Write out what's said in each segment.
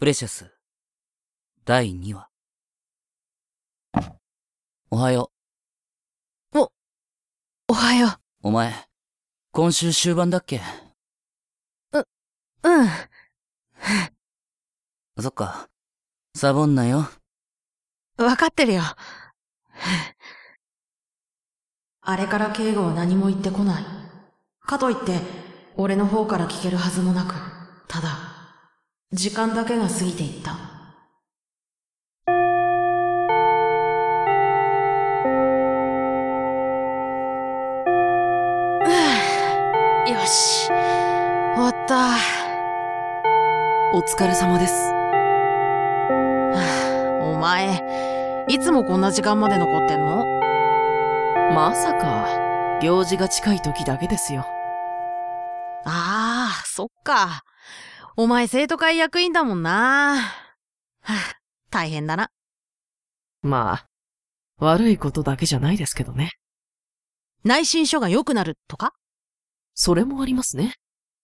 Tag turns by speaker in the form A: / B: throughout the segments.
A: プレシャス第2話。おはよ
B: おはよ
A: う。お前、今週終盤だっけ？
B: う。うん。
A: そっか。サボんなよ。
B: わかってるよ。あれから敬吾は何も言ってこない。かといって、俺の方から聞けるはずもなく、ただ、時間だけが過ぎていった。よし。終わった。
C: お疲れ様です。
B: お前、いつもこんな時間まで残ってんの？
C: まさか、行事が近い時だけですよ。
B: ああ、そっか。お前生徒会役員だもんな。大変だな。
C: まあ、悪いことだけじゃないですけどね。
B: 内申書が良くなるとか？
C: それもありますね。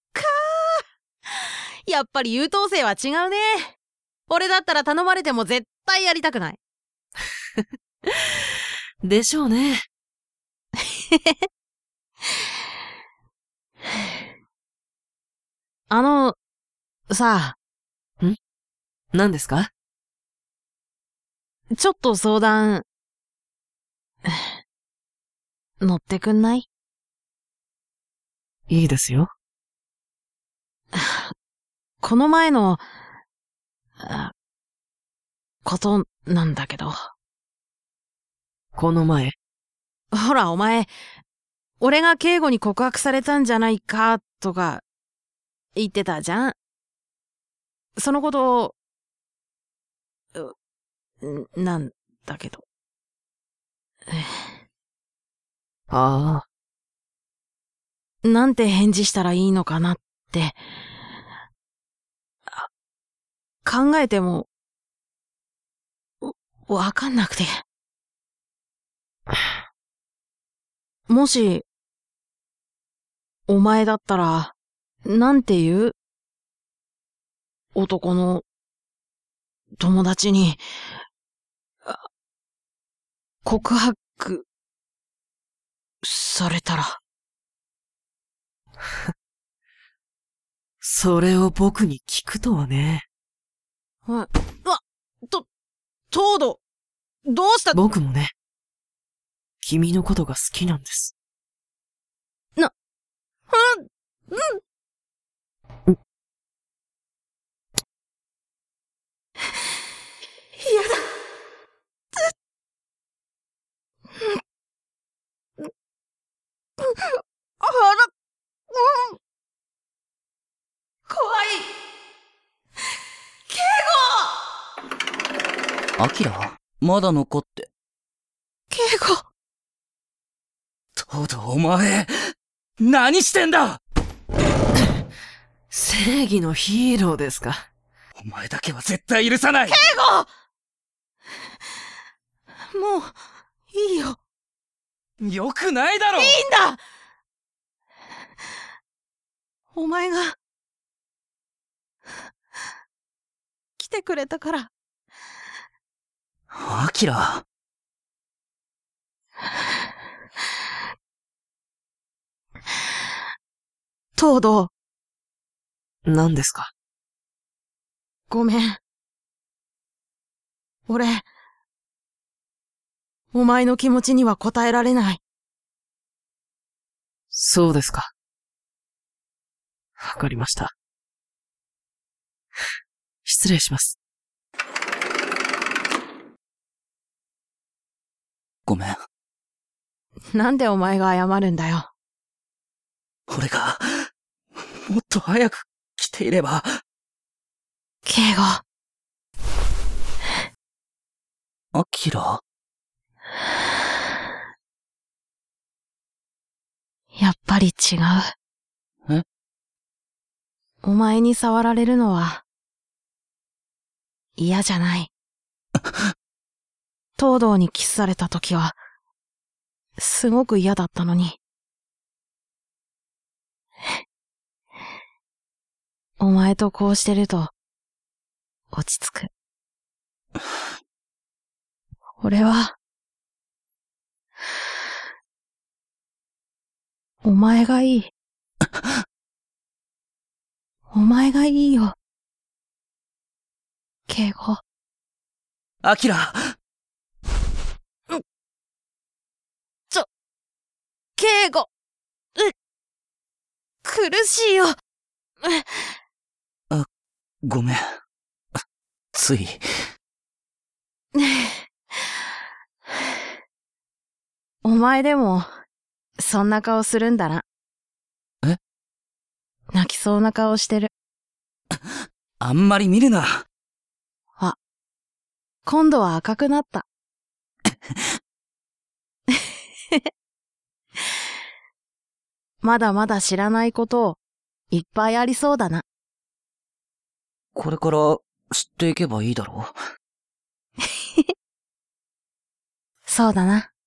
B: やっぱり優等生は違うね。俺だったら頼まれても絶対やりたくない。
C: でしょうね。
B: さあ。
C: 何ですか？
B: ちょっと相談、乗ってくんない？
C: いいですよ。
B: この前の、ことなんだけど。
C: この前。
B: ほらお前、俺が敬吾に告白されたんじゃないか、とか、言ってたじゃん。そのこと、なんだけど。
C: ああ。
B: なんて返事したらいいのかなって、考えても、わかんなくて。もし、お前だったら、なんて言う？男の、友達に、告白、されたら。
C: それを僕に聞くとはね。
B: 東堂、どうした？
C: 僕もね、君のことが好きなんです。
B: 嫌だ。怖い。敬吾！
A: アキラまだ残って。
B: 敬吾！
A: とうとうお前、何してんだ！
C: 正義のヒーローですか。
A: お前だけは絶対許さない！
B: 敬吾！もう、いいよ。
A: よくないだろ！
B: いいんだ！お前が、来てくれたから。
A: アキラ。
B: 東堂。
C: 何ですか？
B: ごめん。俺、お前の気持ちには応えられない。
C: そうですか。わかりました。失礼します。
A: ごめん。
B: なんでお前が謝るんだよ。
A: 俺が、もっと早く来ていれば。
B: 敬吾。
A: アキラ？
B: やっぱり違う。
A: え？
B: お前に触られるのは、嫌じゃない。東堂にキスされた時は、すごく嫌だったのに。お前とこうしてると、 落ち着く。俺は、お前がいい。お前がいいよ。敬吾。
A: アキラ。
B: 敬吾。苦しいよ。
A: ごめん。つい。
B: お前でも、そんな顔するんだな。
A: え？
B: 泣きそうな顔してる。
A: あんまり見るな。
B: あ、今度は赤くなった。まだまだ知らないこといっぱいありそうだな。
A: これから知っていけばいいだろう。
B: そうだな。